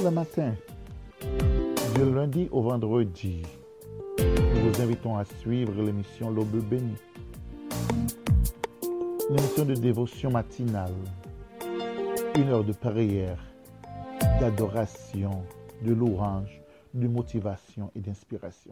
le matin, du lundi au vendredi. Nous vous invitons à suivre l'émission L'Aube bénie, une émission de dévotion matinale, 1 heure de prière, d'adoration, de louange, de motivation et d'inspiration.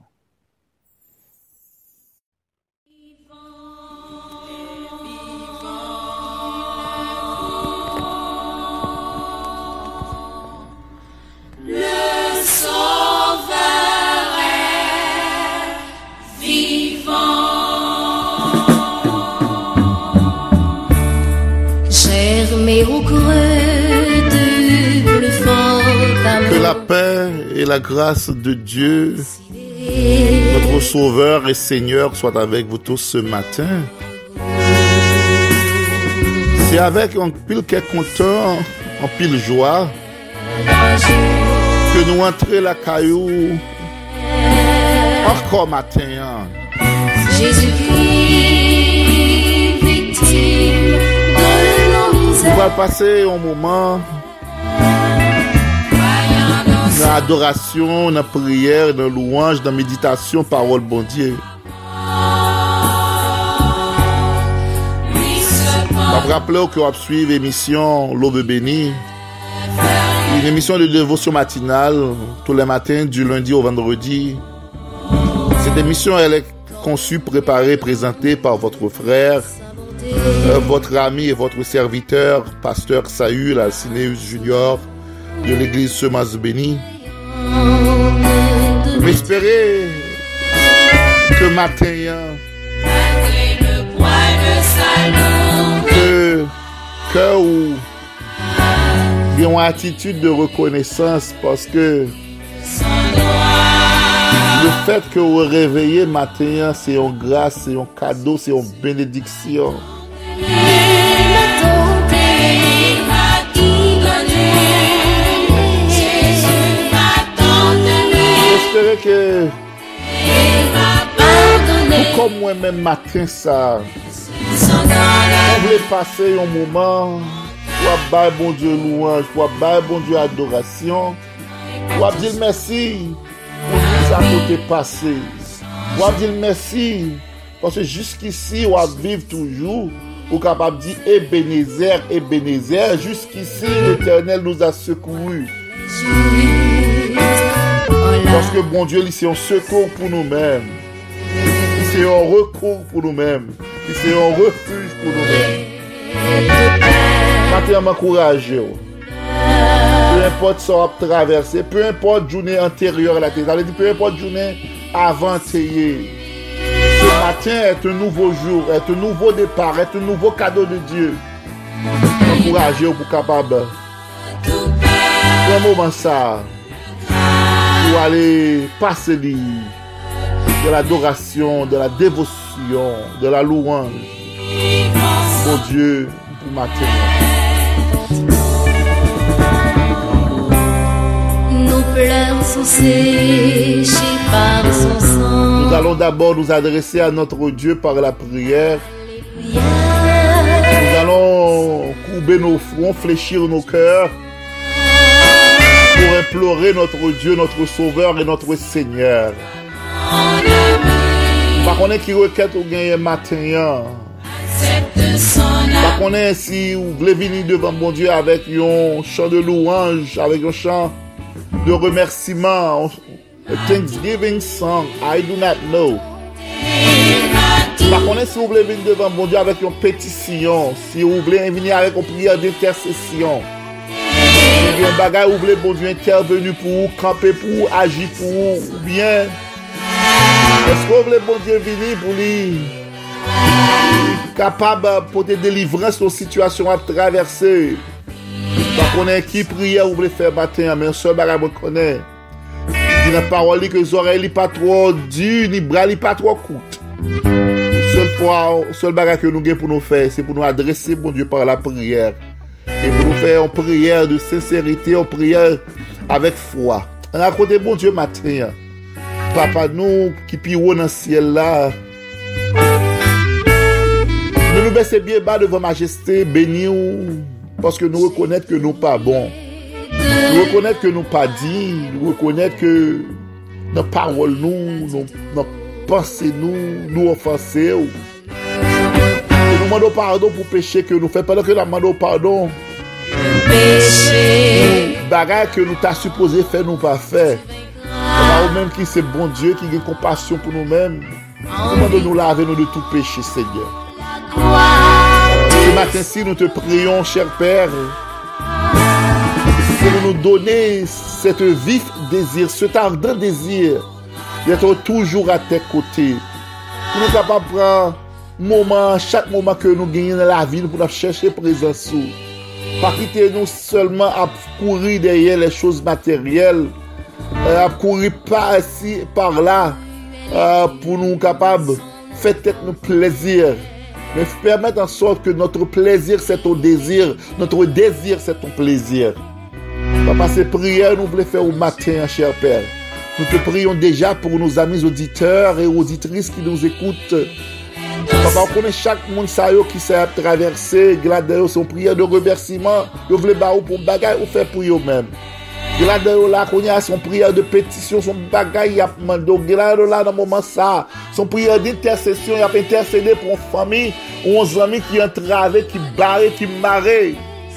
Que la paix et la grâce de Dieu, notre Sauveur et Seigneur, soient avec vous tous ce matin. C'est avec un pile qui est content, en pile joie, que nous entrons la caillou encore matin. Jésus-Christ, victime de nos misères. On va passer un moment dans l'adoration, dans la prière, dans la louange, dans la méditation, parole bon Dieu. Je vous rappelle que vous suivez l'émission L'Aube bénie, une émission de dévotion matinale tous les matins du lundi au vendredi. Cette émission elle est conçue, préparée, présentée par votre frère, votre ami et votre serviteur, pasteur Saül Alcineus Junior de l'église Semence Bénie. J'espère que matin, que ou bien une attitude de reconnaissance parce que le fait que vous réveillez matin, c'est une grâce, c'est un cadeau, c'est une bénédiction. J'espère que tout comme moi-même matin ça, on voulait passer un moment pour bailler bon Dieu louange, pour bailler bon Dieu adoration, pour dire merci pour tout ça qui est passé, pour dire merci parce que jusqu'ici on va vivre toujours, on est capable de dire Ebenezer, jusqu'ici l'Éternel nous a secourus. Parce que bon Dieu, c'est un secours pour nous-mêmes. C'est un recours pour nous-mêmes. C'est un refuge pour nous-mêmes. Maintenant, m'encourager. Peu importe ce qu'on a traversé, peu importe la journée antérieure à la terre, peu importe la journée avant-hier. Ce matin est un nouveau jour, est un nouveau départ, est un nouveau cadeau de Dieu. M'encourager pour capable. Un moment ça. Pour aller passer de l'adoration, de la dévotion, de la louange. Bon Dieu, pour matin. Nos pleurs sont séchés par son sang. Nous allons d'abord nous adresser à notre Dieu par la prière. Nous allons courber nos fronts, fléchir nos cœurs. Pour implorer notre Dieu, notre Sauveur et notre Seigneur. Par contre, qui requête au gain matin. Par contre, si vous voulez venir devant mon Dieu avec un chant de louange, avec un chant de remerciement, a Thanksgiving song, I do not know. Par contre, si vous voulez venir devant mon Dieu avec une pétition, si vous voulez venir avec une prière d'intercession, un bagage où vous voulez bon Dieu intervenir pour vous, camper pour vous, agir pour vous, ou bien est-ce que vous voulez bon Dieu venir pour lui capable pour te délivrer sur situation à traverser. Par contre, qui prière vous voulez faire matin, mais un seul bagage vous connaît. Dit la parole que les oreilles pas trop dures, ni bras pas trop courtes. Seul bagage que nous avons pour nous faire, c'est pour nous adresser bon Dieu par la prière. Et pour nous faire une prière de sincérité, une prière avec foi. On a côté bon Dieu matin. Papa nous qui pire dans le ciel là. Nous nous baissons bien bas devant majesté, bénis parce que nous reconnaissons que nous pas bons. Nous reconnaître que nous pas dit, nous reconnaître que nos paroles, nos pensées, nous offenser. Nous demandons pardon pour péché que nous faisons. Pendant que nous demandons pardon, péché, bagaille que nous t'a supposé faire, nous pas faire. Nous même qui c'est bon Dieu, qui a compassion pour nous-mêmes. Nous demandons nous laver nous de tout péché, Seigneur. Ce matin-ci, nous te prions, cher Père, pour nous donner cette vif désir, cet ardent désir d'être toujours à tes côtés. Pour nous capables de prendre chaque moment que nous gagnons dans la vie, pour nous chercher présence. Pas quitter nous seulement à courir derrière les choses matérielles, à courir par-ci, par-là, pour nous capables de faire peut-être nos plaisirs. Mais permettre en sorte que notre plaisir c'est ton désir, notre désir c'est ton plaisir. Papa, ces prières nous voulons faire au matin, cher Père. Nous te prions déjà pour nos amis auditeurs et auditrices qui nous écoutent. Papa, on connaît chaque monde qui s'est traversé, glade son prière de remerciement, vous voulez pour bagaille ou faire pour eux-mêmes. Glade là, qu'on a son prière de pétition, son bagaille, il a demandé, glade là dans le moment ça, son prière d'intercession, il a intercédé pour une famille ou un ami qui est entravé, qui barré, qui marré.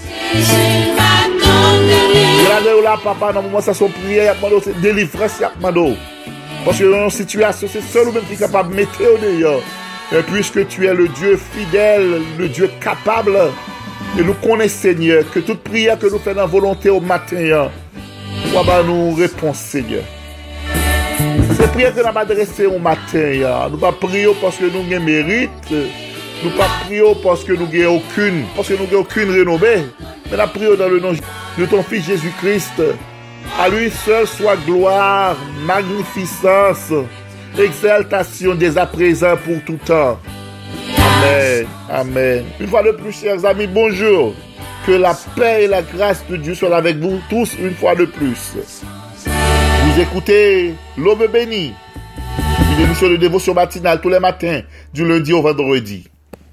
Glade là, papa, dans le moment ça, son prière, il a demandé, c'est délivrance, il a demandé. Parce que dans une situation, c'est seul ou même qui est capable de mettre au dehors. Et puisque tu es le Dieu fidèle, le Dieu capable, et nous connaissons, Seigneur, que toute prière que nous faisons en volonté au matin, nous répondons, Seigneur. Ces prières que nous avons adressées au matin, nous ne prions pas parce que nous avons mérite, nous ne prions pas parce que nous n'avons aucune renommée, mais nous prions dans le nom de ton Fils Jésus-Christ. À lui seul soit gloire, magnificence, exaltation dès à présent pour tout temps. Amen. Amen. Une fois de plus, chers amis, bonjour. Que la paix et la grâce de Dieu soient avec vous tous une fois de plus. Vous écoutez l'Aube bénie, une émission de dévotion matinale tous les matins, du lundi au vendredi.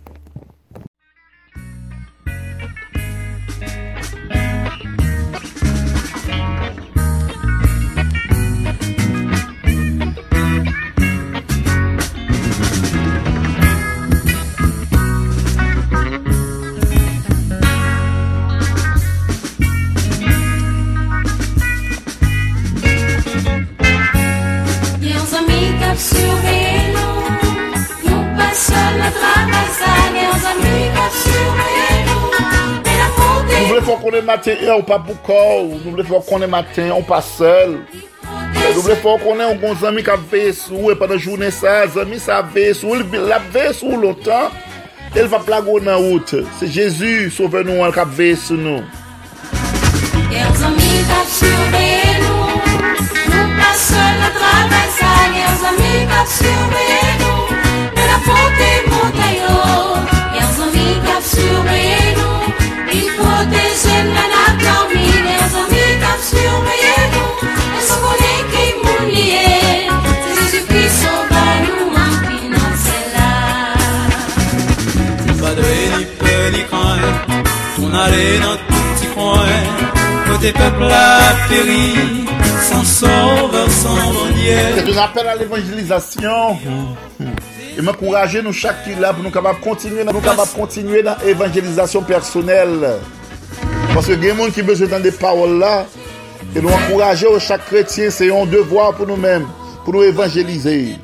Nous voulons qu'on est matin, on pas pour corps. Nous voulons qu'on est matin, on pas seul. Nous voulons qu'on est un bon ami qui a veillé sous et pendant la journée ça, ami ça a veillé sous, il a veillé sous longtemps. Il va plaguer dans la route. C'est Jésus sauve-nous qui a veillé sur nous. Quels amis qui surveillent nous, nous pas seuls à travers ça. Quels amis qui surveillent nous, de la fontaine montagne. Quels amis qui surveillent nous, ils protègent la dormi. Quels amis qui surveillent nous, ils sont connus qui m'ont lié. C'est Jésus-Christ sauve nous en financement. Pas de ni peur ni crainte, on allait dans tout petit coin. Côté peuple a péri, sans sauveur, sans bon Dieu. C'est un appel à l'évangélisation. Et m'encourager nous chaque qui là pour nous capables continuer dans l'évangélisation personnelle. Parce que il y a des gens qui ont besoin de des paroles là. Et nous encourager chaque chrétien, c'est un devoir pour nous-mêmes, pour nous évangéliser.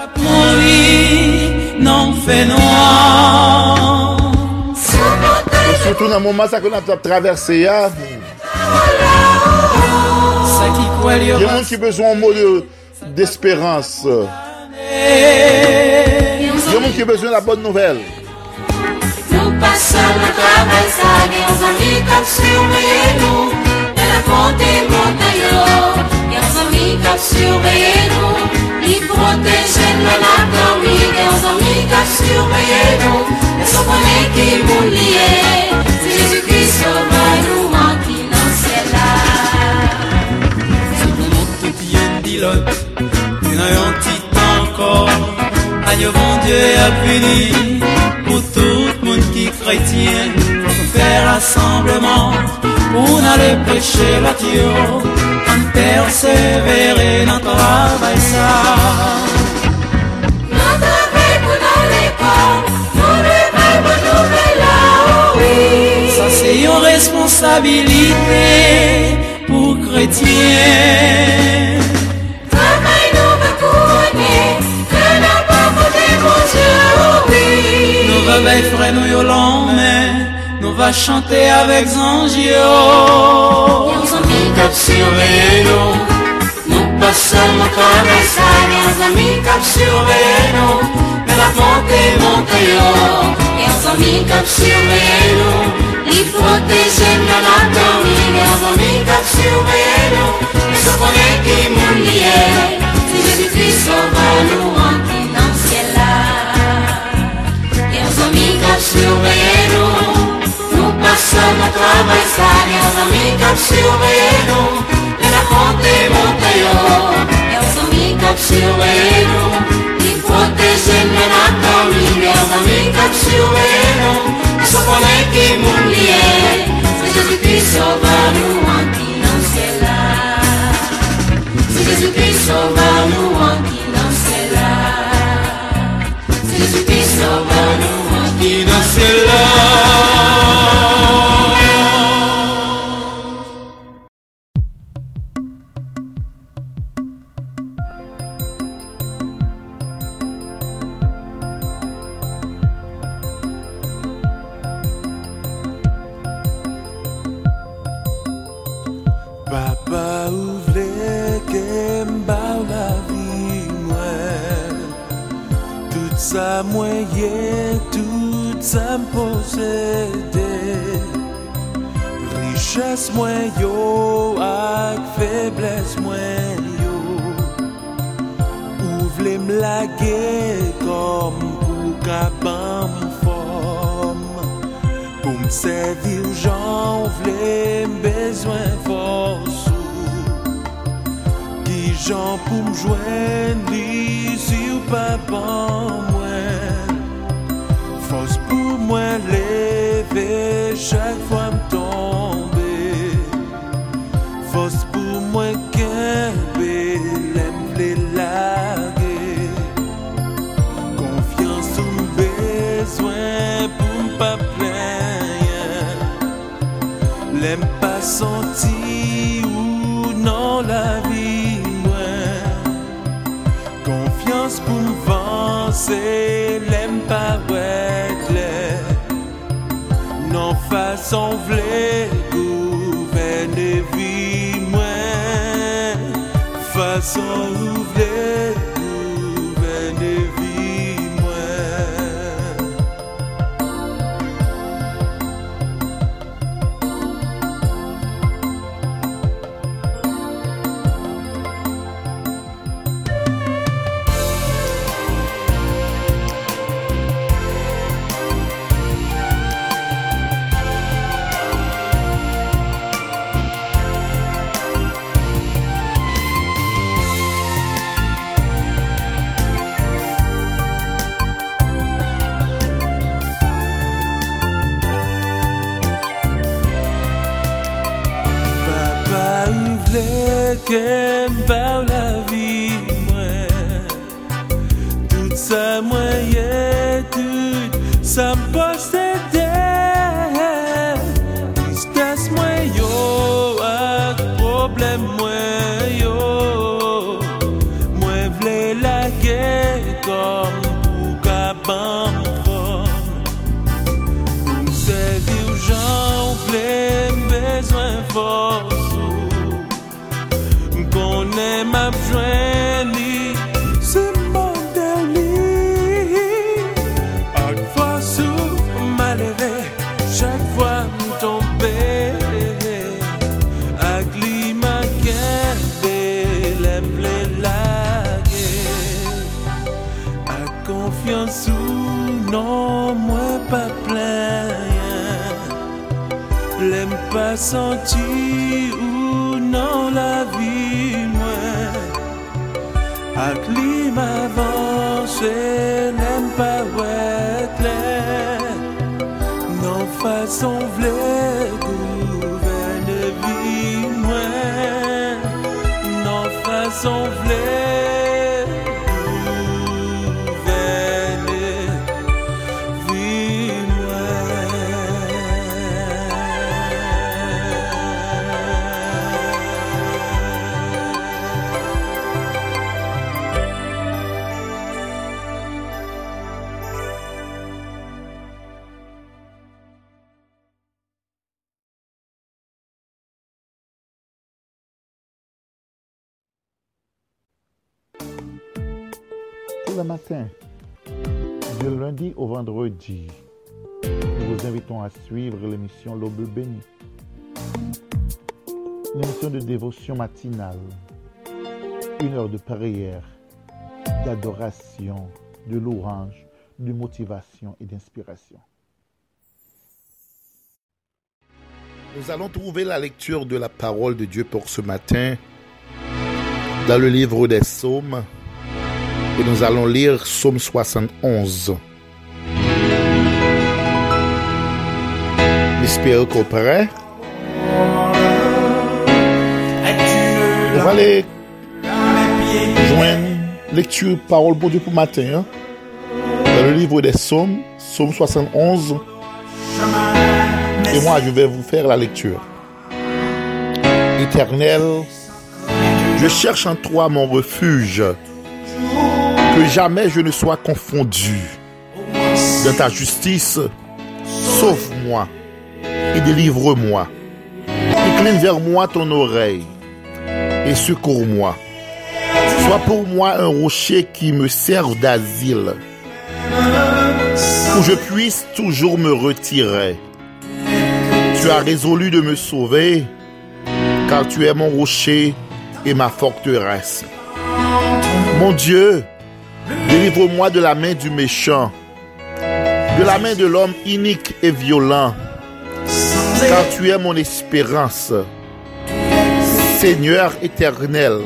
Non fait noir. Et surtout dans le moment ça que nous avons traversé. Il y a des gens qui ont besoin d'un mot d'espérance. Il y a des gens qui ont besoin de la bonne nouvelle. Nous passons à travers ça, des amis qui surveillent nous, de la fontaine montagne. Des amis qui surveillent nous, ils protègent la dormi. Des amis qui surveillent nous, ils sont connus qui m'ont lié. C'est Jésus-Christ sauve nous en qui dans celle-là. Si vous montez bien pilote, vous n'avez un petit encore. Aïe bon Dieu a puni pour tout le monde qui est chrétien. Faut faire rassemblement pour aller prêcher la tio, en persévérer dans le travail ça. Nous travaillons pour l'école, nous travaillons pour nous là, oui. Ça c'est une responsabilité pour chrétiens. Travail nous va couronner, que n'a pas voté mon Dieu, oui. Nous va veiller frère nous yo l'emmène. Nous va chanter avec Zangio. Y'a un ami qui surveille nous. Nous pas seulement travailler ça. Y'a un ami qui surveille nous. Mais la montée, yo. Y'a un ami qui surveille nous. Il protège dans la dormie. Y'a un ami qui surveille nous. Mais ce qu'on est qui nous lié. Si Jésus-Christ sauve nous rentrer dans le ciel là. Y'a un ami qui surveille nous. Passons notre travail, ça, les amis qui surveillent nous. Et la montée, yo. Les amis qui surveillent nous. Ils protègent la dormie. Les amis qui surveillent nous. Ils sont connus qui m'oublient. C'est Jésus-Christ sauve nous en qui dans le ciel là. C'est Jésus-Christ sauve nous en qui dans le ciel là. C'est Jésus-Christ sauve nous en qui dans le ciel là. Ça moyen, tout ça possédé. Richesse moins yo, ak faiblesse moins yo. Ou vle m'laguer comme pour qu'aban m'forme. Pour m'servir j'en vle besoin force. Qui j'en pour m'joindre li si ou pas bon. Force pour moi lever chaque fois m'tomber. Force pour moi qu'aimer l'aime les laguer. Confiance ou besoin pour m'pas plaindre. L'aime pas senti ou non la vie moins. Confiance pour m'avancer, l'aime pas ouais clair. Non façon v'lé gouverner vie moins. Façon v'lé gouverner vie moins. Qu'aime par la vie, moi. Tout ça, moyen, tout ça me possédait. Tristesse, moi, yo, ak problème, moi, yo. Moi, v'lais la guerre comme pour qu'aban m'forme. Pour servir aux gens, v'lais besoin force. Qu'on aime à joindre, c'est mon délit. À force où m'alever, chaque fois m'tomber. À climat qu'elle l'aime les laguer. À confiance ou non, moi pas plein. L'aime pas sentir ou non la vie, moi. Ak li m'avance, n'aime pas ouais clair. Non façon v'lé gouverner vie. Pour le matin, du lundi au vendredi, nous vous invitons à suivre l'émission L'Aube bénie, l'émission de dévotion matinale, 1 heure de prière, d'adoration, de louange, de motivation et d'inspiration. Nous allons trouver la lecture de la parole de Dieu pour ce matin dans le livre des Psaumes et nous allons lire Psaume 71. J'espère qu'on est prêt. On va aller joindre lecture parole pour Dieu pour matin hein? Dans le livre des Psaumes, Psaume 71. Et moi, je vais vous faire la lecture. Éternel, je cherche en toi mon refuge, que jamais je ne sois confondu. Dans ta justice, sauve-moi et délivre-moi. Incline vers moi ton oreille et secours-moi. Sois pour moi un rocher qui me serve d'asile, où je puisse toujours me retirer. Tu as résolu de me sauver, car tu es mon rocher et ma forteresse. Mon Dieu, délivre-moi de la main du méchant, de la main de l'homme inique et violent, car tu es mon espérance. Seigneur éternel,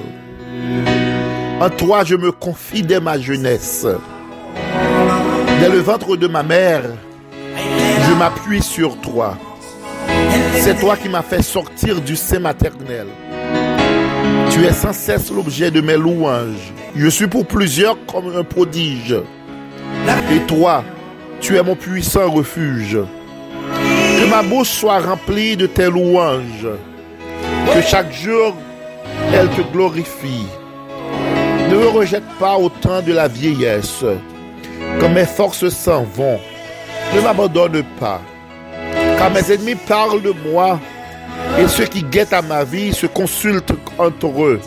en toi je me confie dès ma jeunesse. Dès le ventre de ma mère, je m'appuie sur toi. C'est toi qui m'as fait sortir du sein maternel. Tu es sans cesse l'objet de mes louanges. Je suis pour plusieurs comme un prodige. Et toi, tu es mon puissant refuge. Que ma bouche soit remplie de tes louanges. Que chaque jour, elle te glorifie. Ne me rejette pas au temps de la vieillesse. Quand mes forces s'en vont, ne m'abandonne pas. Car mes ennemis parlent de moi et ceux qui guettent à ma vie se consultent entre eux,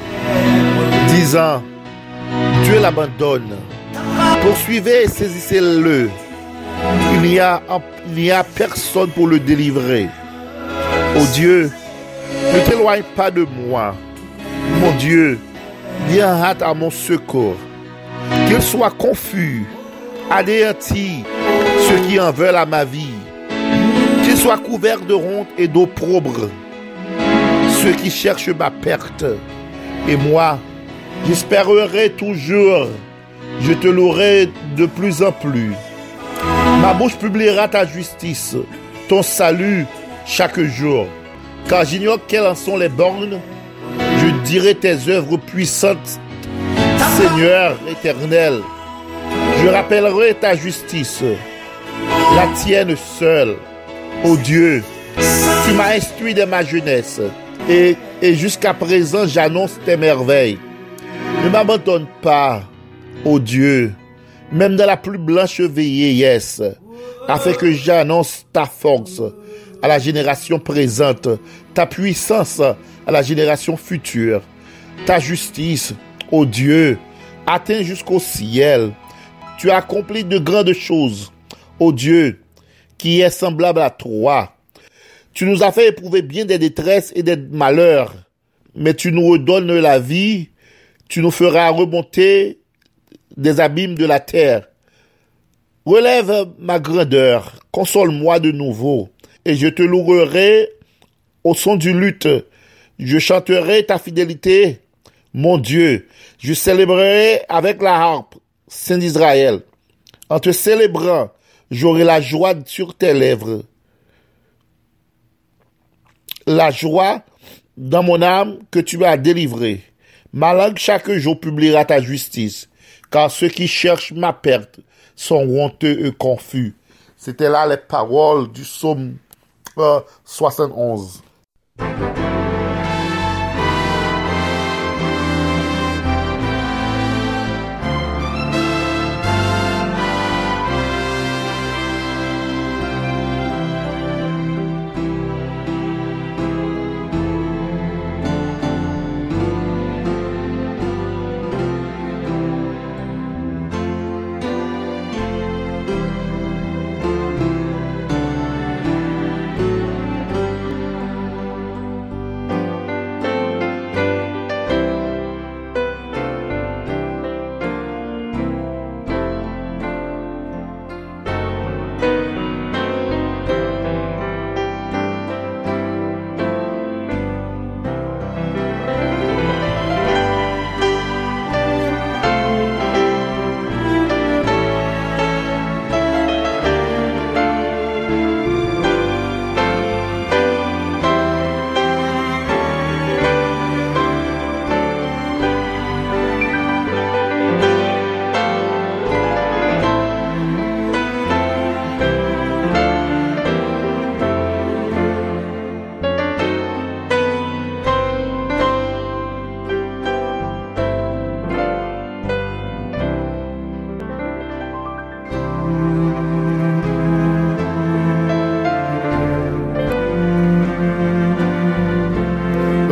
disant, Dieu l'abandonne. Poursuivez et saisissez-le. Il n'y a personne pour le délivrer. Ô Dieu, ne t'éloigne pas de moi. Mon Dieu, viens hâte à mon secours. Qu'ils soient confus, anéantis, ceux qui en veulent à ma vie. Qu'ils soient couverts de honte et d'opprobre, ceux qui cherchent ma perte. Et moi, j'espérerai toujours, je te louerai de plus en plus. Ma bouche publiera ta justice, ton salut chaque jour. Car j'ignore quelles en sont les bornes, je dirai tes œuvres puissantes, Seigneur éternel. Je rappellerai ta justice, la tienne seule. Ô Dieu, tu m'as instruit dès ma jeunesse et jusqu'à présent j'annonce tes merveilles. Ne m'abandonne pas, ô Dieu, même dans la plus blanche vieillesse, afin que j'annonce ta force à la génération présente, ta puissance à la génération future, ta justice, ô Dieu, atteint jusqu'au ciel. Tu as accompli de grandes choses, ô Dieu, qui est semblable à toi. Tu nous as fait éprouver bien des détresses et des malheurs, mais tu nous redonnes la vie, tu nous feras remonter des abîmes de la terre. Relève ma grandeur, console-moi de nouveau, et je te louerai au son du luth. Je chanterai ta fidélité, mon Dieu. Je célébrerai avec la harpe, Saint d'Israël. En te célébrant, j'aurai la joie sur tes lèvres. La joie dans mon âme que tu m'as délivrée. Ma langue chaque jour publiera ta justice, car ceux qui cherchent ma perte sont honteux et confus. C'était là les paroles du psaume 71.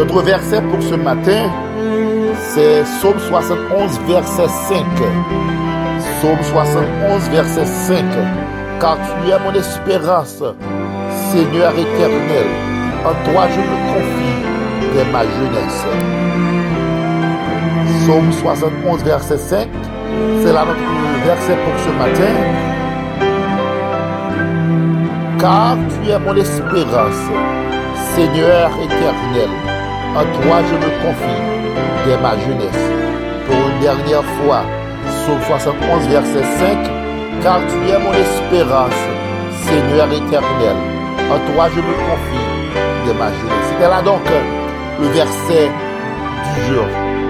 Notre verset pour ce matin, c'est Psaume 71, verset 5. Psaume 71, verset 5. Car tu es mon espérance, Seigneur éternel. En toi je me confie dès ma jeunesse. Psaume 71, verset 5. C'est là notre verset pour ce matin. Car tu es mon espérance, Seigneur éternel. En toi je me confie dès ma jeunesse. Pour une dernière fois, Psaume 71, verset 5. Car tu es mon espérance, Seigneur éternel. En toi je me confie dès ma jeunesse. C'était là donc le verset du jour.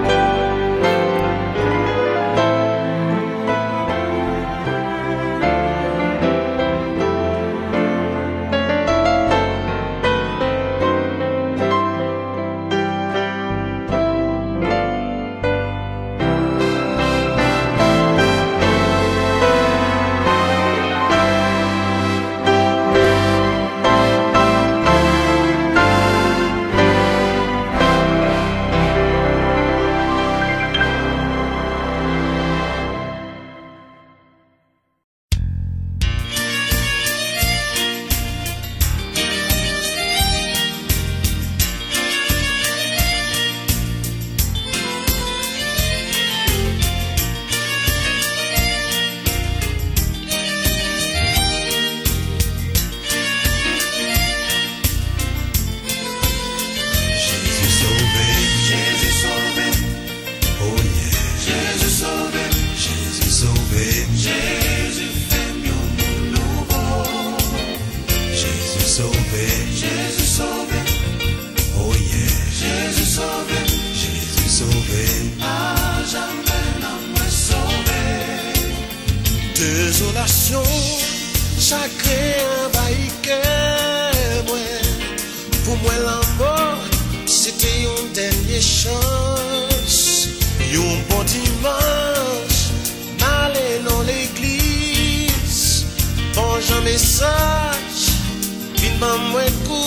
Désolation, chagrin envahit cœur moi. Pour moi la mort, c'était une dernière chance. Un bon dimanche, m'aller dans l'église. Bon Jean message, vite moi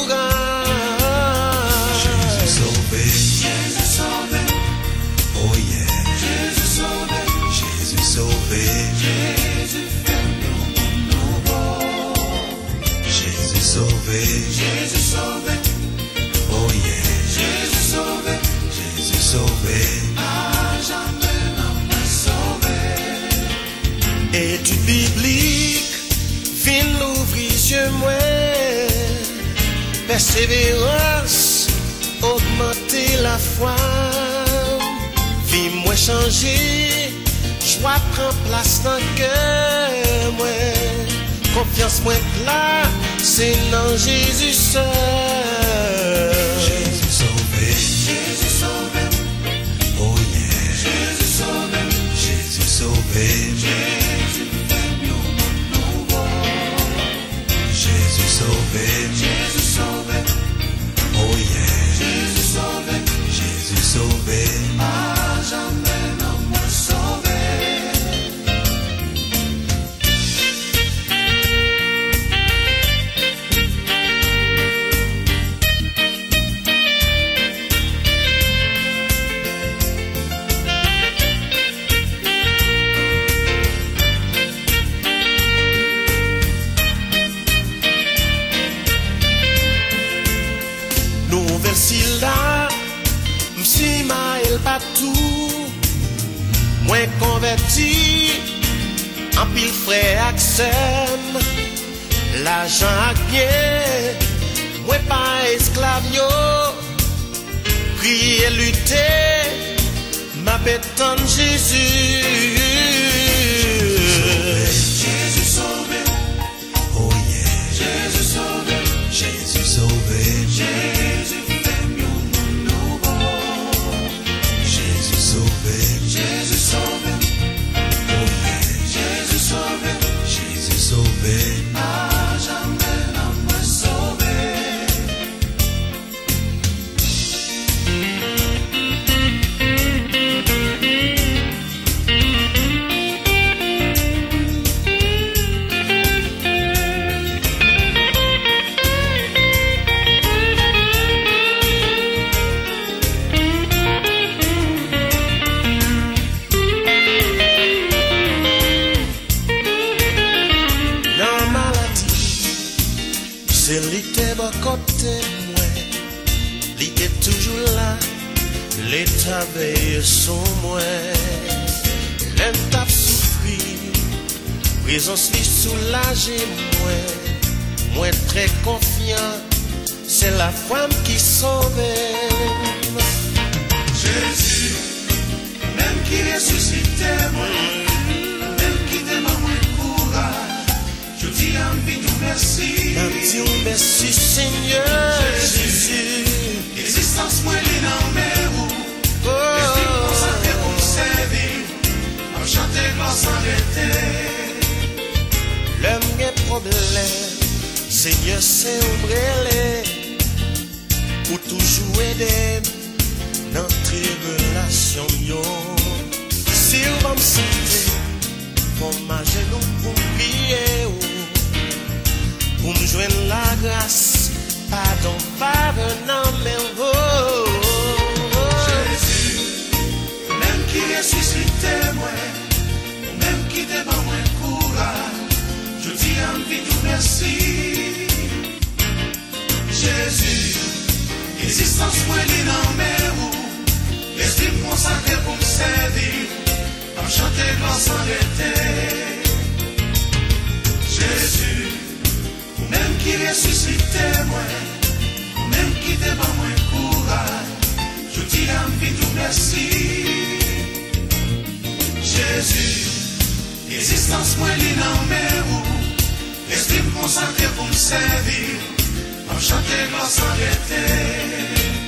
courage. Jésus sauvé, Jésus sauvé, oh yeah. Jésus sauvé, Jésus sauvé, Jésus fait nous nouveau. Jésus sauvé, Jésus sauvé, oh yeah. Jésus sauvé, Jésus sauvé, à jamais non me sauvé. Étude biblique, fin l'ouvrir yeux moi. Persévérance, augmenter la foi. Vie moi changer, joie prend place dans le cœur moi. Confiance moi là, c'est dans Jésus seul. Jésus sauvé, Jésus sauvé, oh yeah. Jésus sauvé, Jésus sauvé, Jésus fait nous nouveau. Jésus sauvé, Jésus sauvé, oh yeah. Jésus sauvé, Jésus sauvé, à jamais non me sauvé. Nouvelle si là, m'si ma el patou, moins converti, en pile frère accem, l'argent ak bien, moins pas esclave yo, prier lutter, ma bétonne Jésus. Jésus sauvé, oh yeah. Jésus sauvé, Jésus sauvé, Jésus fait mieux nouveau. Jésus sauvé, Jésus sauvé, oh yeah. Jésus sauvé, Jésus sauvé, à jamais non me sauvé. L'état veille son moi, l'aime t'a souffri, présence lui soulager moi très confiant, c'est la femme qui sauve. Jésus, même qui ressuscitait moi, même qui demande moi courage, je dis à vie tout merci. Merci Seigneur Jésus. Existence moi les noms mais où, l'esprit consacré pour me servir, à chanter gloire sans arrêter. L'homme a problème, Seigneur c'est ombrelé, pour toujours aider notre relation yo. Si on va me sentir, pour ma genou pour prier, pour me joindre la grâce, pardon, pardon, mais oh. Jésus, même qui ressuscitait moi, même qui demande moi courage, je dis à vie tout merci. Jésus, existence moi les noms mais où, l'esprit consacré pour me servir, à chanter gloire sans arrêter. Jésus, même qui ressuscitait moi, même qui demande moi courage, je dis à vie tout merci. Jésus, existence moi les noms mais où, l'esprit consacré pour me servir, à chanter gloire sans arrêter.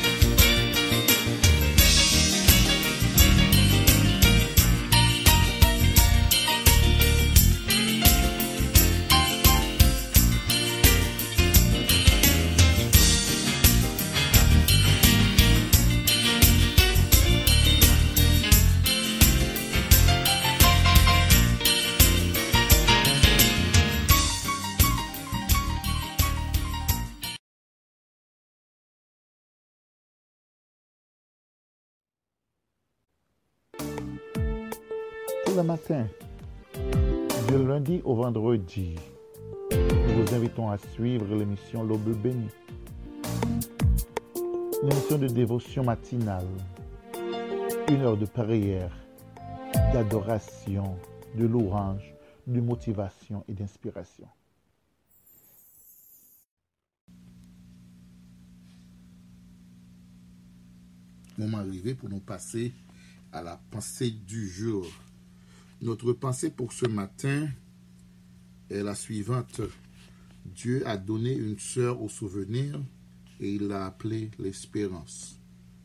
Tous les matins, du lundi au vendredi, nous vous invitons à suivre l'émission L'Aube bénie, une émission de dévotion matinale, 1 heure de prière, d'adoration, de louange, de motivation et d'inspiration. Moment arrivé pour nous passer à la pensée du jour. Notre pensée pour ce matin est la suivante. Dieu a donné une sœur au souvenir et il l'a appelée l'espérance.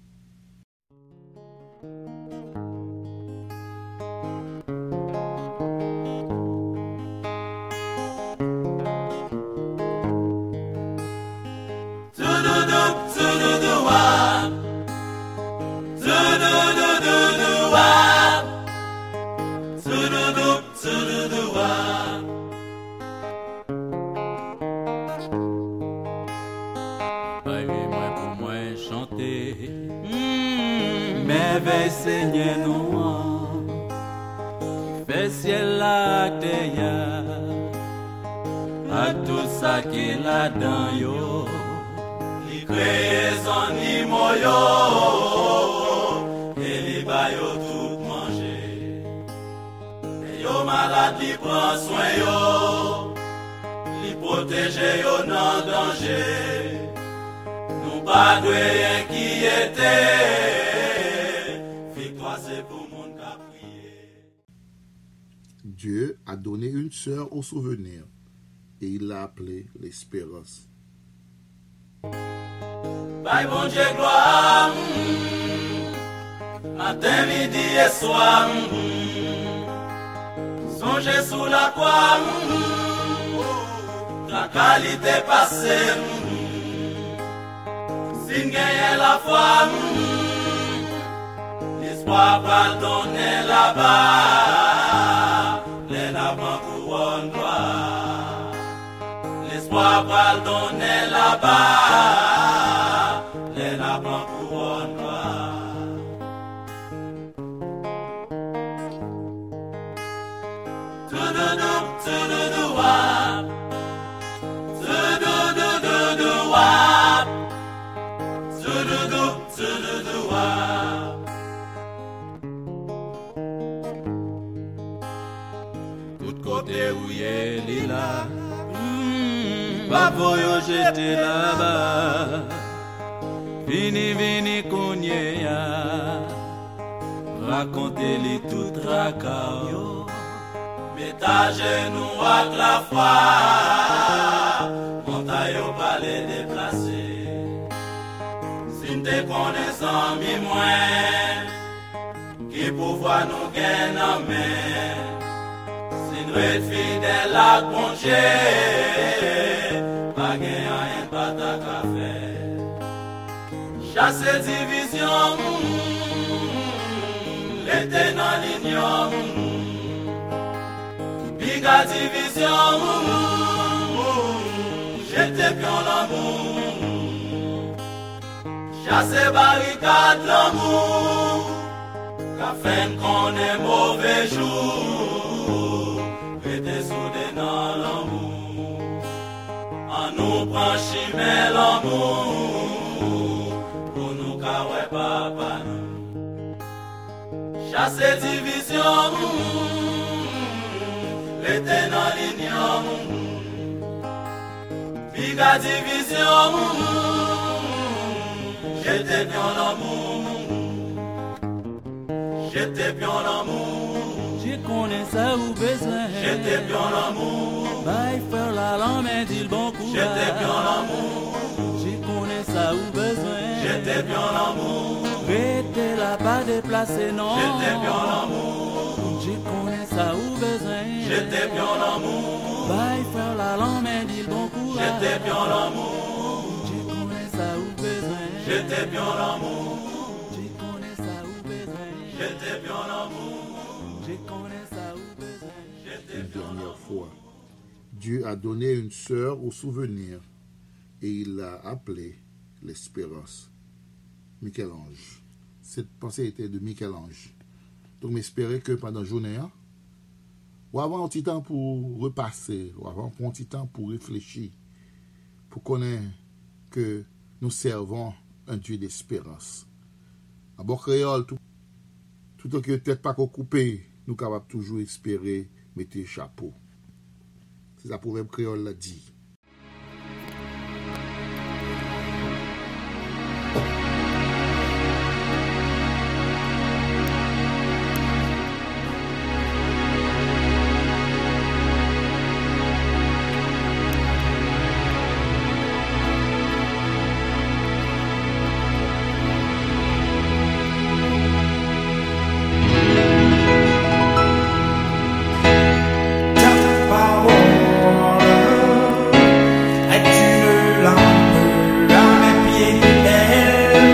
Merveille Seigneur nous fait ciel la terre à tout ça qui là dans yo li crée son imoyo et li ba yo tout manger et yo malade li prend soin yo li protège yo dans danger nous pas doit inquiéter. Dieu a donné une sœur au souvenir et il l'a appelée l'espérance. Bye bon Dieu gloire, matin, midi et soir, songez sous la croix, la qualité passée, si gagne la foi, l'espoir va donner là-bas. L'espoir va le donner là-bas, les lapins couronne noire. Tout-dou-dou, tout-dou-dou-wap, tout-dou-dou-dou-dou-wap, tout-dou-dou, tout-dou-dou-wap. Papa yo j'étais là-bas. Vini konye ya. Racontez-les tout tracas yo. Mets ta genou avec la foi. Montagne au palais déplacé. Si t'es connaissant mi moins. Qui pouvoir nous gagner en main. Si nous êtes fidèles à bon Dieu. Pas gagner rien pas ta café. Chasse division. L'été dans l'union. Biga division. J'étais pion l'amour. Chasse barricade l'amour. Café qu'on est mauvais jour. Restez soudés dans l'amour. En nous prend chimé l'amour. Pour nous carrer papa nous. Chasse division. L'été dans l'union. Biga division. J'étais bien l'amour. J'étais bien l'amour. Je connais ça ou besoin. J'étais bien l'amour. Bye faire la langue mais dit le bon coup. J'étais bien l'amour. Je connais ça ou besoin. J'étais bien l'amour. Restez là pas déplacé non. J'étais bien l'amour. Je connais ça ou besoin. J'étais bien l'amour. Bye faire la langue mais dit le bon coup. J'étais bien l'amour. Je connais ça ou besoin. J'étais bien l'amour. Je connais ça ou besoin. J'étais bien l'amour. Je connais ça ou besoin. Une dernière fois, Dieu a donné une sœur au souvenir et il l'a appelée l'espérance. Michel-Ange. Cette pensée était de Michel-Ange. Donc, j'espérais que pendant la journée, ou avoir un petit temps pour repasser, ou avoir un petit temps pour réfléchir, pour connaître que nous servons un Dieu d'espérance. À bon créole, tout ce qui n'est peut-être pas coupé, nous sommes capables toujours espérer mettre chapeau. C'est ça proverbe créole l'a dit. Est une lampe à mes pieds,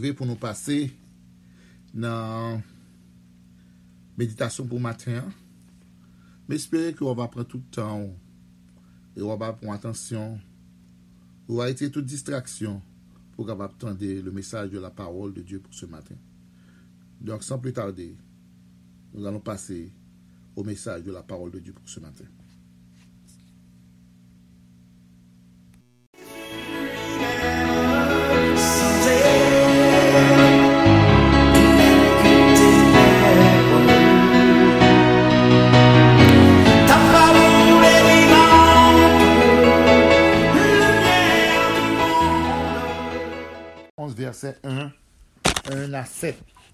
arrivé pour nous passer dans méditation pour matin. Mais j'espère qu'on va prendre tout le temps et on va prendre attention, on va éviter toute distraction pour capable entendre le message de la parole de Dieu pour ce matin. Donc sans plus tarder, nous allons passer au message de la parole de Dieu pour ce matin. Verset 1 à 7.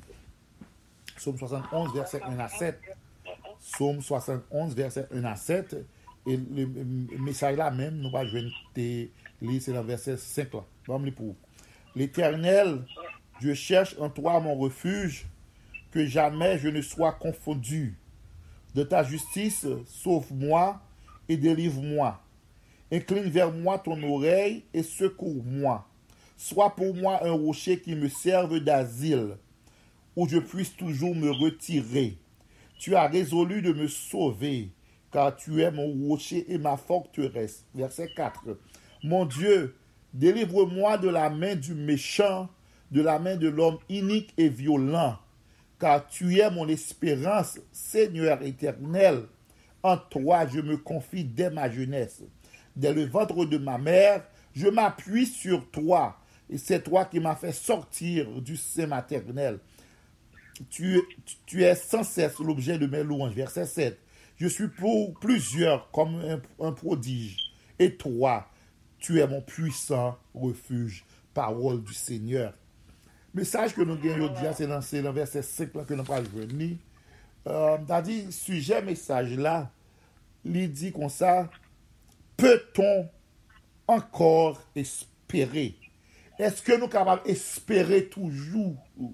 Psaume 71, verset 1 à 7. Psaume 71, verset 1 à 7. Et le message là même, nous allons lire, c'est dans le verset 5 là. Vamos lire pour. L'Éternel, je cherche en toi mon refuge, que jamais je ne sois confondu. De ta justice, sauve-moi et délivre-moi. Incline vers moi ton oreille et secours-moi. Sois pour moi un rocher qui me serve d'asile, où je puisse toujours me retirer. Tu as résolu de me sauver, car tu es mon rocher et ma forteresse. Verset 4. Mon Dieu, délivre-moi de la main du méchant, de la main de l'homme inique et violent, car tu es mon espérance, Seigneur éternel. En toi, je me confie dès ma jeunesse. Dès le ventre de ma mère, je m'appuie sur toi. Et c'est toi qui m'as fait sortir du sein maternel. Tu es sans cesse l'objet de mes louanges. Verset 7. Je suis pour plusieurs comme un prodige. Et toi, tu es mon puissant refuge. Parole du Seigneur. Message que nous gagnons aujourd'hui, c'est dans verset 5 là, que nous parlons venir. C'est-à-dire, sujet message là, il dit comme ça, peut-on encore espérer? Est-ce que nous sommes capables d'espérer toujours? Il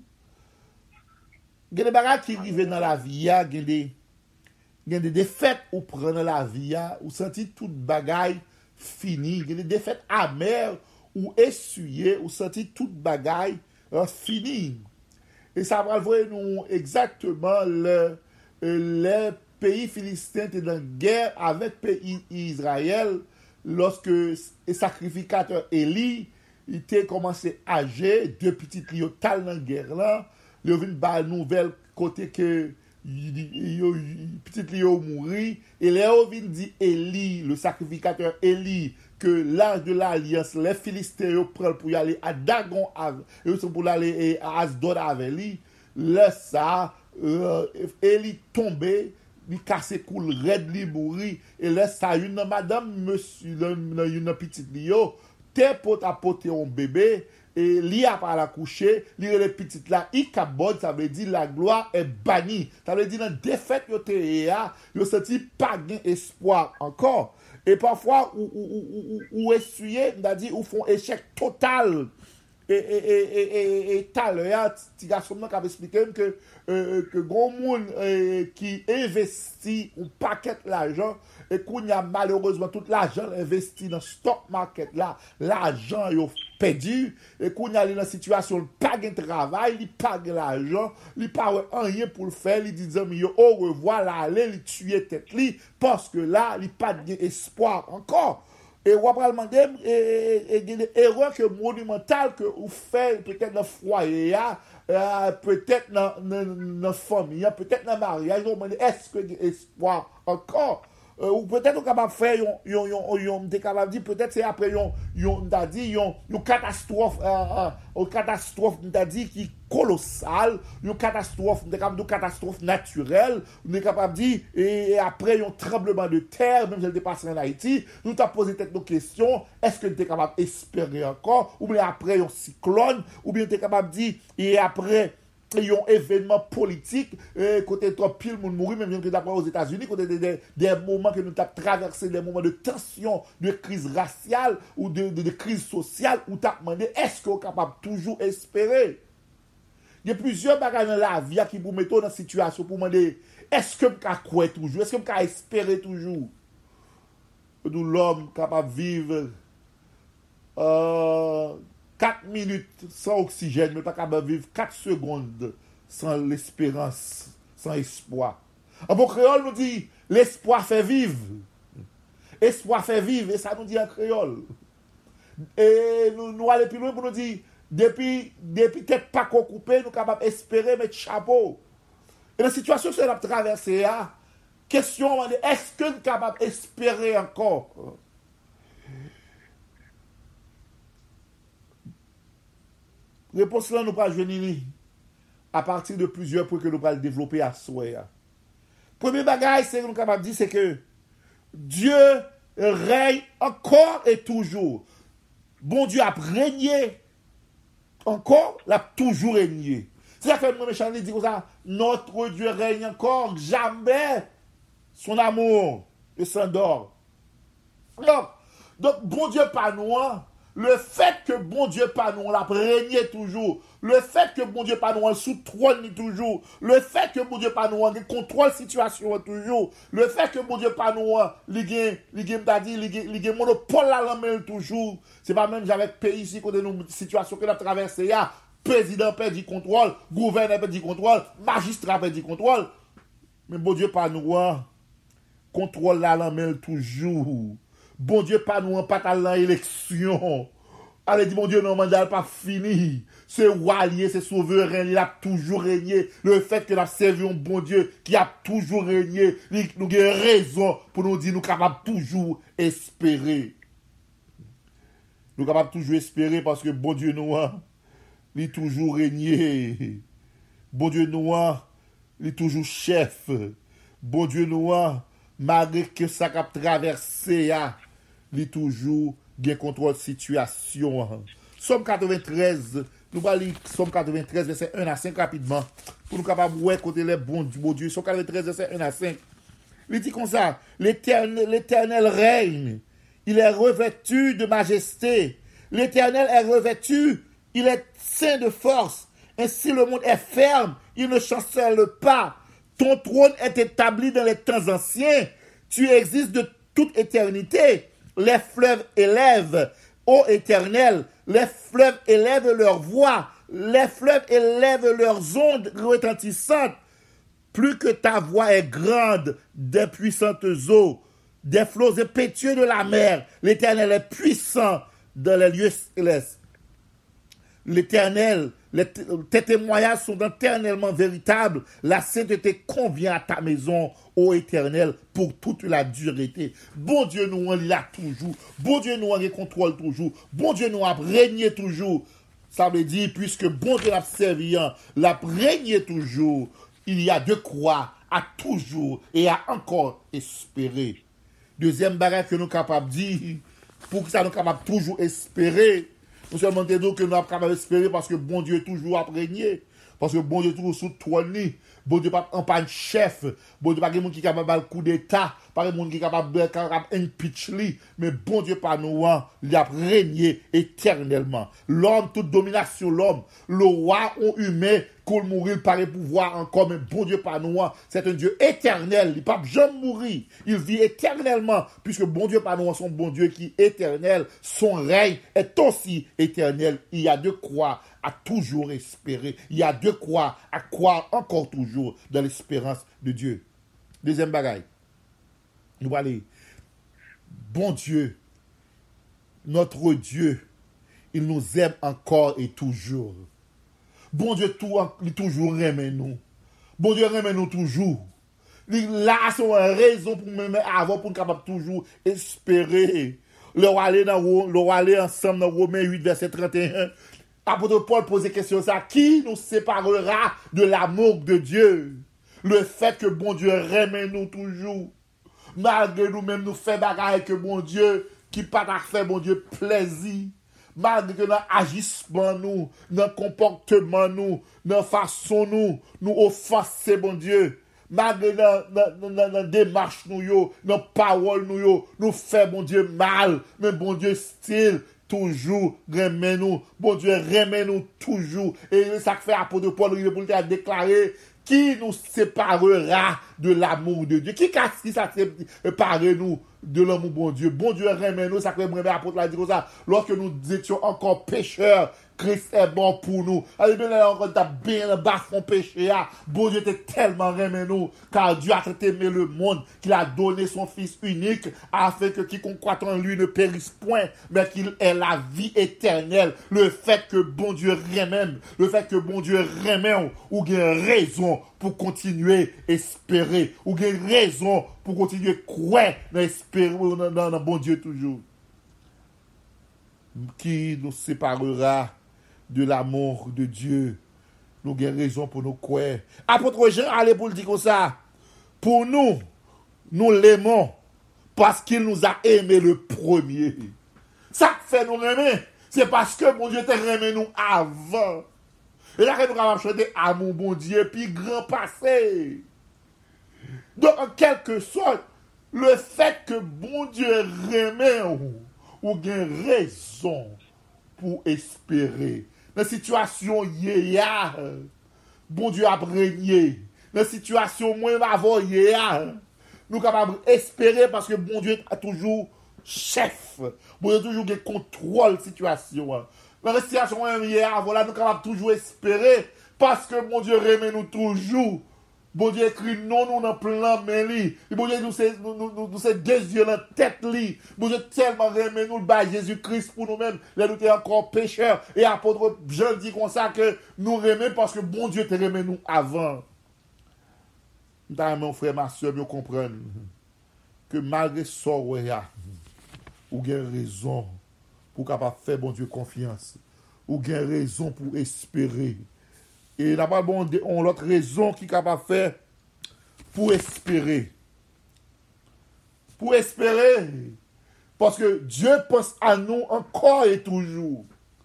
y a des bagages qui arrivent dans la vie, il y a des défaites ou prendre la vie, ou sentir toute bagaille finie, il y a des défaites amères ou essuyées, ou sentir toute bagaille finie. Et ça va voir nous exactement les pays philistins étaient dans guerre avec le pays Israël lorsque le sacrificateur Élie il était commencé à agir, deux petites lions tal dans la guerre là, il y a une nouvelle côté que petite lion mourir et Léo vient dit Élie, le sacrificateur Élie que l'âge de l'alliance les Philistins prennent pour y aller à Dagon et pour aller à Asdod avec lui, là ça Élie tombé il casse coule red li mourir et là ça une madame monsieur une petite lion t'es pour apporter un bébé et li a pas la coucher li les petites là il cabode ça veut dire la gloire est bannie ça veut dire dans défaite yo te yo senti pas gain espoir encore et parfois ou essuyer c'est-à-dire ou font échec total et tout l'heure petit garçon qui a expliqué que grand monde qui investit un paquet l'argent et qu'on y a malheureusement tout l'argent investi dans stock market là l'argent yo perdu et qu'on y a dans situation pas de travail il pas de l'argent il pas rien pour le faire il dit amis yo au revoir là aller il tuer tête li parce que là il pas de espoir encore. Et on va demander des erreurs que monumentales que vous faites peut-être dans le foyer, peut-être dans la famille, peut-être dans le mariage. On demande est-ce que y a espoir encore? Ou peut-être on capable faire capable dire peut-être c'est après une catastrophe qui colossale, une catastrophe naturelle, on est capable dire et après un tremblement de terre même si elle dépasse en Haïti, nous t'a posé peut-être nos questions, est-ce que tu es capable d'espérer encore ou bien après un cyclone ou bien tu es capable de dire et après il y a un événement politique, côté trop pile monde mourir, même que d'après aux États-Unis, côté des moments que nous avons traversé, des moments de tension, de crise raciale ou de crise sociale, où tu as demandé est-ce qu'on est capable toujours espérer? Il y a plusieurs bagages dans la vie qui vous mettent dans une situation pour demander est-ce que je peux croire toujours? Est-ce que je peux espérer toujours? Nous l'homme capable de vivre 4 minutes sans oxygène, mais pas capable de vivre 4 secondes sans l'espérance, sans espoir. En bon créole, nous dit, l'espoir fait vivre. Espoir fait vivre, et ça nous dit en créole. Et nous allons plus loin pour nous dire, depuis tête pas qu'on coupé, nous sommes capables d'espérer mettre chapeau. Et la situation que nous avons traversée, question, est-ce que nous sommes capables d'espérer encore? Réponse là, nous pas venir à partir de plusieurs points que nous allons développer à souhait. Premier bagage, c'est que nous sommes capables de dire, c'est que Dieu règne encore et toujours. Bon Dieu a régné encore, l'a toujours régné. C'est-à-dire que le méchant dit comme ça, notre Dieu règne encore, jamais son amour ne s'endort. Donc, bon Dieu pas nous, le fait que bon Dieu pas nous, l'a régné toujours, le fait que bon Dieu pas nous, sous trône toujours, le fait que bon Dieu pas nous, il contrôle situation toujours, le fait que bon Dieu pas nous, il a monopole la main toujours, c'est pas même avec pays ici côté nous situation que nous traversé là, président perd du contrôle, gouverneur perd du contrôle, magistrat perd du contrôle. Mais bon Dieu pas nous, contrôle la main toujours. Bon Dieu pas nous, pas à l'élection. Allez, dit, mon Dieu, non, mandat pas fini. C'est roi, c'est souverain, il a toujours régné. Le fait que nous avons servi un bon Dieu qui a toujours régné, nous avons raison pour nous dire, nous sommes capables toujours espérer. Nous sommes capables toujours espérer parce que bon Dieu, nous, il a toujours régné. Bon Dieu, nous, il est toujours chef. Bon Dieu, nous, malgré que ça a traversé, il est toujours bien contrôle situation. Somme 93, nous allons lire Somme 93, verset 1 à 5 rapidement, pour nous capables de voir côté les bons du bon Dieu. Somme 93, verset 1 à 5. Il dit comme ça, l'Éternel règne, il est revêtu de majesté. L'Éternel est revêtu, il est saint de force. Ainsi le monde est ferme, il ne chancelle pas. Ton trône est établi dans les temps anciens. Tu existes de toute éternité. Les fleuves élèvent, ô Éternel, les fleuves élèvent leur voix, les fleuves élèvent leurs ondes retentissantes. Plus que ta voix est grande des puissantes eaux, des flots impétueux de la mer, l'Éternel est puissant dans les lieux célestes. L'Éternel, tes témoignages sont éternellement véritables. La sainteté convient à ta maison, ô Éternel, pour toute la durée. Bon Dieu nous, il a toujours. Bon Dieu nous, il contrôle toujours. Bon Dieu nous a régné toujours. Ça veut dire, puisque bon Dieu l'a servi, l'a régné toujours, il y a de quoi à toujours et à encore espérer. Deuxième bagage que nous sommes capables de dire, pour que ça nous capables toujours espérer, nous seulement que nous sommes capables d'espérer parce que bon Dieu est toujours à régner. Parce que bon Dieu est toujours sous trône. Bon Dieu n'est pas un chef. Bon Dieu n'est pas quelqu'un qui est capable de faire coup d'état. Pas quelqu'un qui est capable d'impeacher. Mais bon Dieu pas nous, il a régné éternellement. L'homme, toute domination, l'homme, le roi ou humain, qu'on mourir par le pouvoir encore, mais bon Dieu pas nous, c'est un Dieu éternel. Il ne peut pas jamais mourir. Il vit éternellement. Puisque bon Dieu pas nous, son bon Dieu qui est éternel. Son règne est aussi éternel. Il y a de quoi à toujours espérer. Il y a de quoi à croire encore toujours dans l'espérance de Dieu. Deuxième bagaille. Nous allons aller. Bon Dieu, notre Dieu, il nous aime encore et toujours. Bon Dieu, il toujours aime nous. Bon Dieu aime nous toujours. Il a son raison pour me avoir pour capable toujours espérer. Le aller ensemble dans Romains 8, verset 31. Apôtre Paul pose la question ça. Qui nous séparera de l'amour de Dieu? Le fait que bon Dieu aime nous toujours. Malgré nous-mêmes, nous faisons bagaille que bon Dieu, qui pas fait bon Dieu plaisir. Malgré que nous agissons, nous, notre comportement, nous, notre façon, nous offenser bon Dieu. Malgré notre démarche, notre parole, nous faisons bon Dieu mal. Mais bon Dieu style. Toujours, remets-nous. Bon Dieu, remets-nous toujours. Et ça fait apôtre Paul, il est pour déclarer Qui nous séparera de l'amour de Dieu? Qui ça séparer nous de l'amour bon Dieu? Bon Dieu remet nous, ça fait moi apôtre l'a dit comme ça. Lorsque nous étions encore pécheurs, Christ est bon pour nous. Allez bien là encore t'as bien le bas fond péché. Bon Dieu était tellement remet nous, car Dieu a tant aimé le monde qu'il a donné son Fils unique afin que quiconque croit en lui ne périsse point, mais qu'il ait la vie éternelle. Le fait que bon Dieu remet, le fait que bon Dieu remet, ou bien raison pour continuer espérer, ou bien raison pour continuer croire dans bon Dieu toujours. Qui nous séparera de l'amour de Dieu? Nous avons raison pour nous croire. Apôtre Jean allez pour le dire comme ça. Pour nous, nous l'aimons parce qu'il nous a aimé le premier. Ça fait nous aimer, c'est parce que bon Dieu t'a aimé nous avant. Et là, nous allons chanter amour bon Dieu, puis grand passé. Donc, en quelque sorte, le fait que bon Dieu aime, ou bien raison pour espérer. Dans la situation hier, bon Dieu a régné. Dans la situation moins avant hier, nous sommes capables d'espérer parce que bon Dieu a toujours chef. Bon Dieu a toujours le contrôle de la situation. Dans la situation hier, voilà, nous sommes capables toujours espérer parce que bon Dieu aime nous toujours. Bon Dieu écrit non nous dans plan mais li. Bon Dieu nous c'est deux yeux dans tête li. Bon Dieu tellement aimé nous le bas Jésus-Christ pour nous-mêmes. Là nous sommes encore pécheurs et apôtre Jean dit comme ça que nous aimons parce que bon Dieu t'a aimé nous avant. Mon frère ma soeur bien comprendre que malgré ça ou gain raison pour capable faire bon Dieu confiance. Ou gain raison pour espérer. Et là-bas, on a l'autre raison qui est capable de faire pour espérer. Pour espérer. Parce que Dieu pense à nous encore et toujours.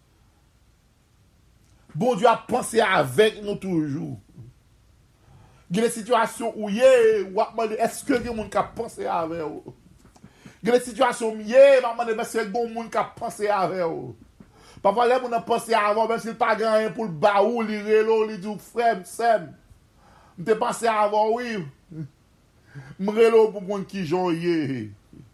Bon Dieu a pensé avec nous toujours. Il y a des situations où est-ce que quelqu'un a pensé avec vous? Il y a des situations où est-ce que quelqu'un a pensé avec vous? Parfois, là, on a pensé avant, même s'il n'y a pas grand pour le baou, il relo, il dit, frère, Sem. On te pensé avant, oui. Je relo pour qu'on qui joye.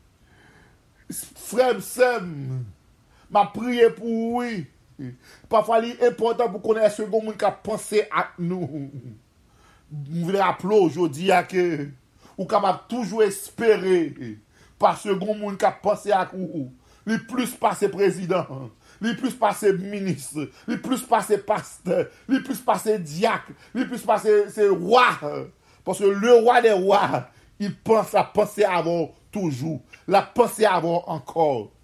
Frère, Sem. Ma prié pour oui. Parfois, il est important pour connaître ce qu'on a pensé à nous. Je voulais appeler aujourd'hui que vous capable toujours espérer parce que qu'on a pensé à vous. Le plus passé président. Les plus passé ministre, les plus passé pasteur, les plus passé diacre, les plus passé c'est roi. Parce que le roi des rois, il pense à penser avant toujours. La penser avant encore.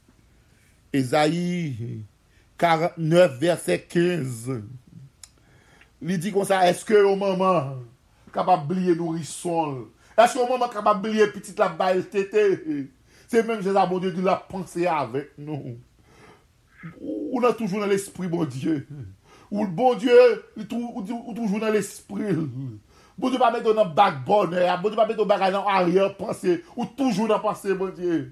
Ésaïe 49, verset 15. Il dit comme ça, est-ce que au moment capable oublier nourrisson? Est-ce que au moment capable oublier petite la balle tété? C'est même Jésus bon Dieu qui l'a pensé avec nous. On a toujours dans l'esprit, bon Dieu. Ou le bon Dieu, ou toujours dans l'esprit. Bon Dieu, pas mettre dans le backbone. Bon Dieu, pas mettre dans arrière-pensée. Ou toujours dans la pensée, bon Dieu.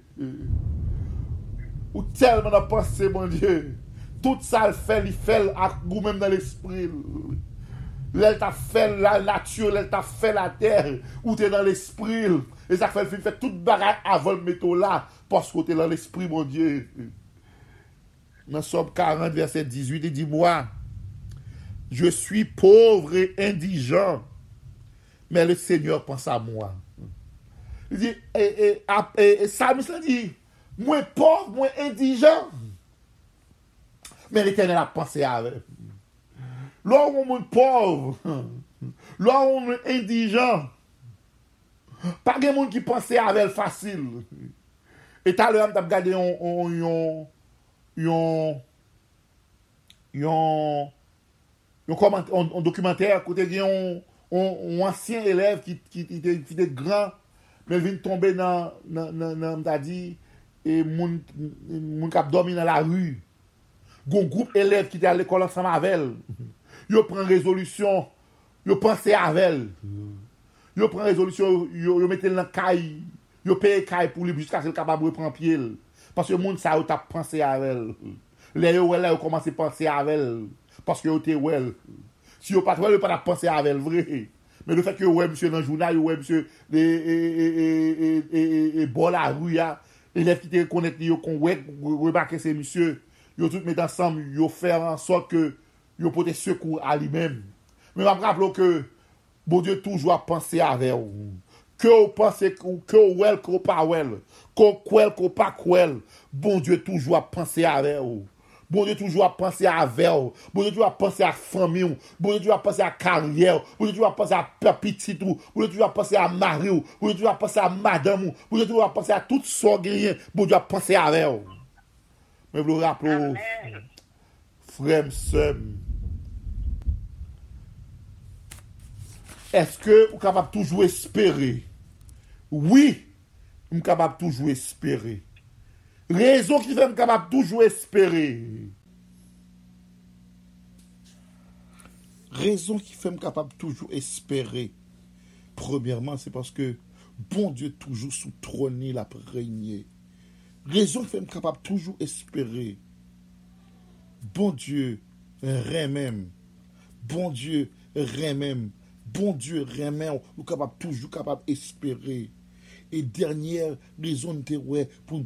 Ou tellement dans la pensée, bon Dieu. Tout ça, il fait à vous-même dans l'esprit. Elle t'a fait la nature, elle t'a fait la terre. Ou tu es dans l'esprit. Et ça fait toute bagarre avant le métaux là. Parce que tu es dans l'esprit, mon Dieu. Dans Somme 40, verset 18, il dit, moi, je suis pauvre et indigent, mais le Seigneur pense à moi. Il dit, et Salmiste dit, moi pauvre, moi indigent, mais l'Éternel a pensé à eux. Là où on est pauvre, là où on est indigent, pas de monde qui pensait à eux facile. Et tout à l'heure, on a regardé un documentaire côté un ancien élève qui était grand mais il vient tomber dans t'a dit et mon cap dormi dans la rue gon groupe élève qui était à l'école ensemble avec elle yo prend résolution yo pensé avec elle yo prend résolution yo mettait dans caille yo paye caille pour lui jusqu'à ce qu'il capable de prendre pied. Parce que le monde, ça, a pensé à elle. Les gens, ils ont commencé à penser à elle. Parce que vous êtes elle. Si vous n'avez pas pensé à elle, vrai. Mais le fait que ouais monsieur dans le journal, ouais monsieur et bon la rue ya, élèves qui te connaissent yo qu'on ouais remarquer ces monsieur, yo tout mettre ensemble, yo faire en sorte que yo porter secours à lui-même. Mais on rappelle que bon Dieu toujours a pensé avec vous. Que vous pensez que vous pas well, que pas quel, bon Dieu toujours a pensé avec vous. Bon Dieu toujours a pensé à vous. Bon Dieu toujours a pensé à famille. Bon Dieu toujours a pensé à carrière. Bon Dieu toujours a pensé à petit tout. Bon Dieu toujours a pensé à mari. Bon Dieu toujours a pensé à madame. Bon Dieu toujours a pensé à toutes sortes de bon Dieu a pensé à vous. Mais vous le rappelez, frère, sœur, est-ce que vous êtes capable de toujours espérer? Oui, vous êtes capable de toujours espérer. Raison qui fait capable toujours espérer. Raison qui fait capable toujours espérer. Premièrement, c'est parce que bon Dieu toujours sous trône la régner. Raison qui fait capable toujours espérer. Bon Dieu même. Bon Dieu même. Bon Dieu même. Nous capable toujours capable espérer. Et dernière raison de ouais pour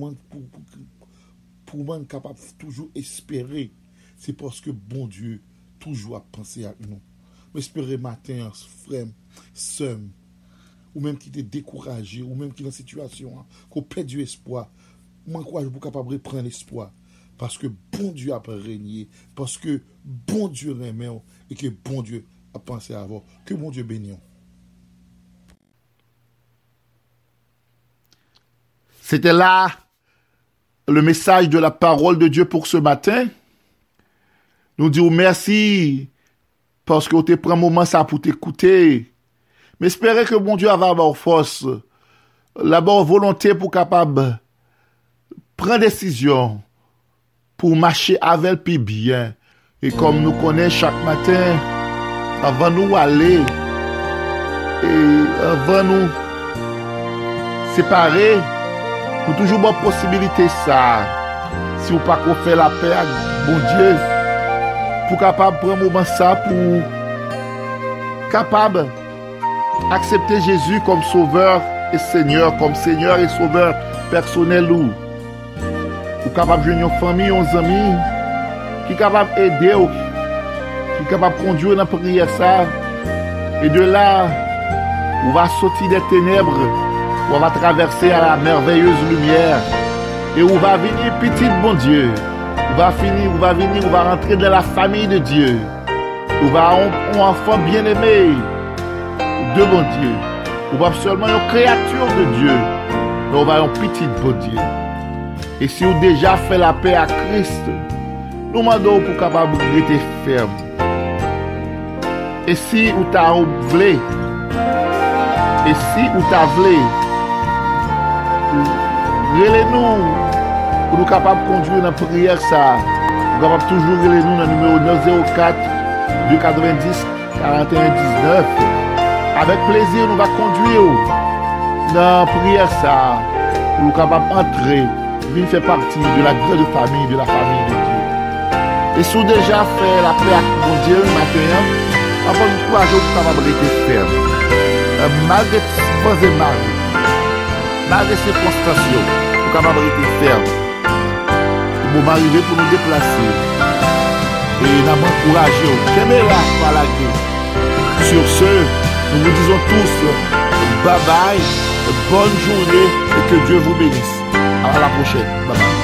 moi capable toujours espérer, c'est parce que bon Dieu toujours a pensé à nous. Espérer matin, frère, sœur, ou même qui t'est découragé, ou même qui est dans une situation qu'on perd du espoir, moi quoi je suis capable de reprendre l'espoir parce que bon Dieu a régné, parce que bon Dieu remet et que bon Dieu a pensé à vous. Que bon Dieu bénisse. C'était là le message de la parole de Dieu pour ce matin. Nous disons merci parce que tu prends un moment ça pour t'écouter. Mais espérez que bon Dieu va avoir force, la bonne volonté pour capable prendre décision pour marcher avec puis bien. Et comme nous connaissons chaque matin, avant nous aller et avant nous séparer, nous toujours bonne possibilité ça. Si vous pas qu'on fait la paix avec bon Dieu, pour capable prendre un moment ça pour capable accepter Jésus comme sauveur et Seigneur, comme Seigneur et sauveur personnel ou capable de joindre une famille, un ami qui est capable d'aider, qui est capable de conduire dans la prière ça. Et de là, on va sortir des ténèbres. On va traverser à la merveilleuse lumière. Et on va venir petit bon Dieu. On va rentrer dans la famille de Dieu. On va un enfant bien-aimé de bon Dieu. On va seulement une créature de Dieu. Mais on va un petit bon Dieu. Et si on déjà fait la paix à Christ, nous demandons pour capable de rester ferme. Et si on t'a oublié, relez-nous pour nous capables de conduire dans la prière ça. Nous capables toujours relez-nous dans le numéro 904 290 41 19. Avec plaisir, nous va conduire dans la prière ça. Pour nous capables d'entrer, venir faire partie de la grande famille, de la famille de Dieu. Et si vous déjà fait la paix avec mon Dieu le matin, avant de courage, vous capable de rester ferme. Malgré vos et malgré ces circonstances, vous capable de rester ferme. Vous m'arrivez pour nous déplacer. Et nous encourager. Qu'aimez là par la gueule. Sur ce, nous vous disons tous bye bye, bonne journée et que Dieu vous bénisse. À la prochaine. Bye bye.